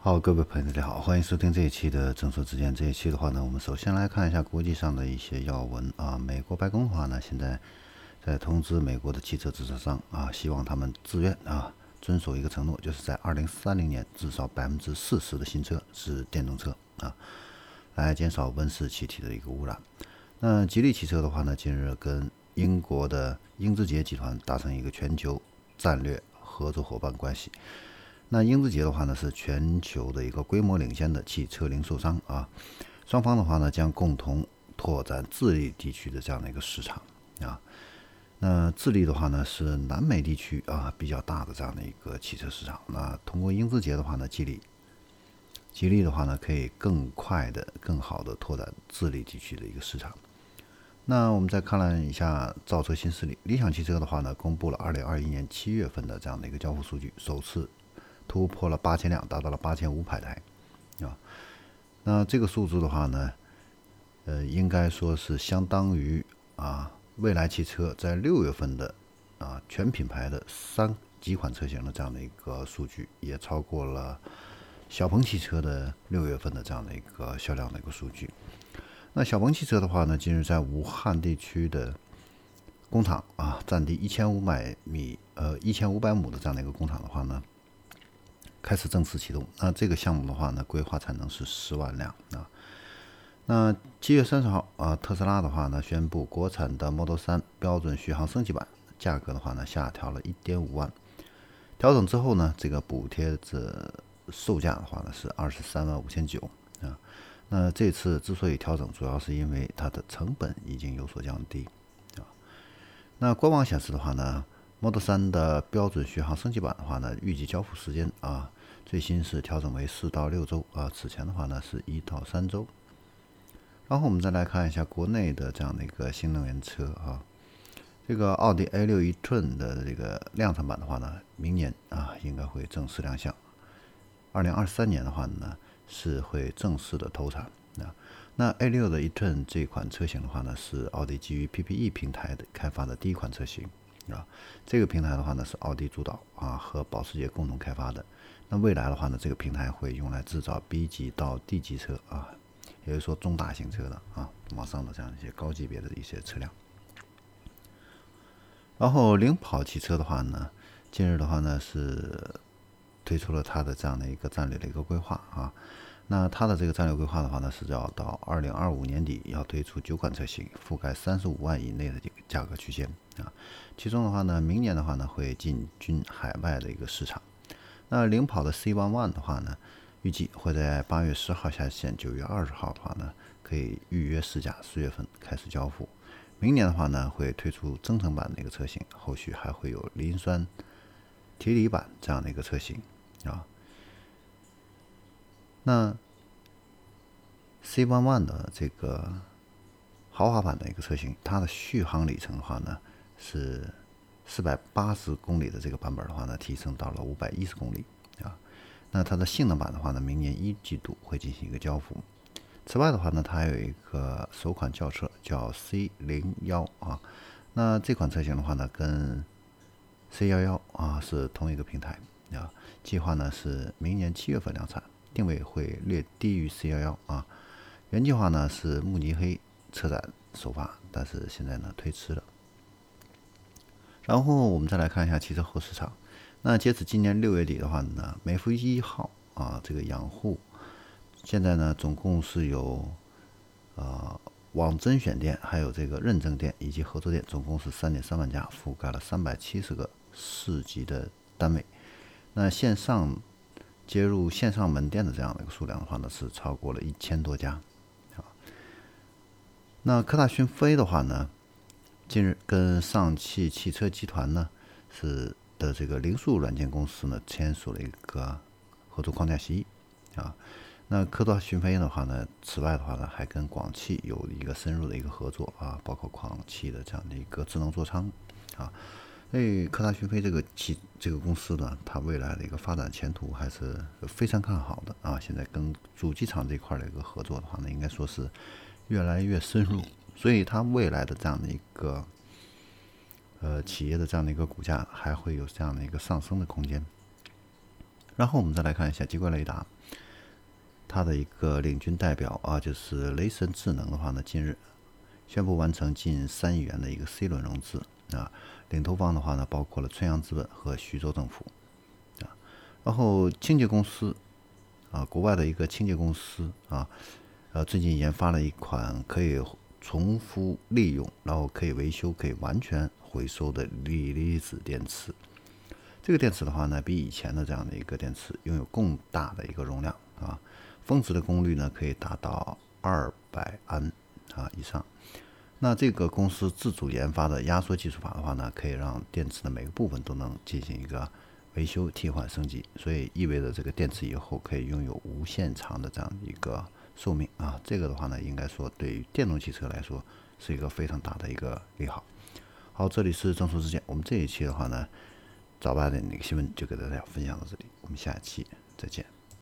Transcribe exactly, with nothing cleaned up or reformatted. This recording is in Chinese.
好，各位朋友，大家好，欢迎收听这一期的正说之见。这一期的话呢，我们首先来看一下国际上的一些要闻啊。美国白宫的话呢，现在在通知美国的汽车制造商啊，希望他们自愿啊遵守一个承诺，就是在二零三零年至少百分之四十的新车是电动车啊，来减少温室气体的一个污染。那吉利汽车的话呢，近日跟英国的英资捷集团达成一个全球战略合作伙伴关系。那英资捷的话呢，是全球的一个规模领先的汽车零售商啊。双方的话呢，将共同拓展智利地区的这样的一个市场啊。那智利的话呢，是南美地区啊比较大的这样的一个汽车市场。那通过英资捷的话呢，吉利吉利的话呢，可以更快的、更好的拓展智利地区的一个市场。那我们再看了一下造车新势力，理想汽车的话呢，公布了二零二一年七月份的这样的一个交付数据，首次突破了八千辆，达到了八千五百台啊。那这个数字的话呢，呃，应该说是相当于啊，蔚来汽车在六月份的啊全品牌的三几款车型的这样的一个数据，也超过了小鹏汽车的六月份的这样的一个销量的一个数据。那小鹏汽车的话呢，近日在武汉地区的工厂啊，占地一千五百米，呃，一千五百亩的这样的一个工厂的话呢，开始正式启动。那这个项目的话呢，规划产能是十万辆啊。那七月三十号啊，特斯拉的话呢，宣布国产的 Model 三标准续航升级版价格的话呢，下调了一点五万。调整之后呢，这个补贴的售价的话呢是二十三万五千九啊。那这次之所以调整，主要是因为它的成本已经有所降低啊。那官网显示的话呢， Model 三的标准续航升级版的话呢，预计交付时间啊，最新是调整为四到六周啊，此前的话呢是一到三周。然后我们再来看一下国内的这样的一个新能源车啊，这个奥迪 A 六 e-tron 的这个量产版的话呢，明年啊应该会正式亮相，二零二三年的话呢是会正式的投产啊。那 A 六 的 e-tron 这款车型的话呢，是奥迪基于 P P E 平台的开发的第一款车型啊。这个平台的话呢是奥迪主导啊，和保时捷共同开发的。那未来的话呢，这个平台会用来制造 B 级到 D 级车啊，也就是说中大型车的啊，往上的这样一些高级别的一些车辆。然后领跑汽车的话呢，近日的话呢是推出了它的这样的一个战略的一个规划啊。那它的这个战略规划的话呢，是要到二零二五年底要推出九款车型，覆盖三十五万以内的这个价格区间啊。其中的话呢，明年的话呢会进军海外的一个市场。那领跑的 C 十一 的话呢，预计会在八月十号下线，九月二十号的话呢可以预约试驾，十月份开始交付。明年的话呢会推出增程版的一个车型，后续还会有磷酸铁锂版这样的一个车型啊。那 C 十一 的这个豪华版的一个车型，它的续航里程的话呢是四百八十公里的这个版本的话呢，提升到了五百一十公里啊。那它的性能版的话呢，明年一季度会进行一个交付。此外的话呢，它还有一个首款轿车叫 C 零一 啊。那这款车型的话呢，跟 C 一一 啊是同一个平台啊，计划呢是明年七月份量产，定位会略低于 C 一一 啊。原计划呢是慕尼黑车展首发，但是现在呢推迟了。然后我们再来看一下汽车后市场。那截止今年六月底的话呢，美孚一号啊这个养护，现在呢总共是有呃网甄选店，还有这个认证店以及合作店，总共是三点三万家，覆盖了三百七十个市级的单位。那线上接入线上门店的这样的一个数量的话呢，是超过了一千多家。那科大讯飞的话呢，近日跟上汽汽车集团呢是的这个零售软件公司呢签署了一个合作框架协议啊。那科大讯飞的话呢，此外的话呢，还跟广汽有一个深入的一个合作啊，包括广汽的这样的一个智能座舱啊。所以科大讯飞这个企这个公司呢，它未来的一个发展前途还是非常看好的啊。现在跟主机厂这块的一个合作的话呢，应该说是越来越深入，所以它未来的这样的一个呃企业的这样的一个股价还会有这样的一个上升的空间。 然后我们再来看一下激光雷达，它的一个领军代表啊，就是雷神智能的话呢，近日宣布完成近三亿元的一个 C 轮融资啊，领投方的话呢，包括了春阳资本和徐州政府啊。然后清洁公司啊，国外的一个清洁公司啊，呃，最近研发了一款可以重复利用，然后可以维修、可以完全回收的锂离子电池。这个电池的话呢，比以前的这样的一个电池拥有更大的一个容量啊，峰值的功率呢可以达到二百安啊以上。那这个公司自主研发的压缩技术法的话呢，可以让电池的每个部分都能进行一个维修、替换、升级，所以意味着这个电池以后可以拥有无限长的这样一个寿命啊。这个的话呢，应该说对于电动汽车来说是一个非常大的一个利好。好，这里是正说之见，我们这一期的话呢，早八点那个新闻就给大家分享到这里，我们下期再见。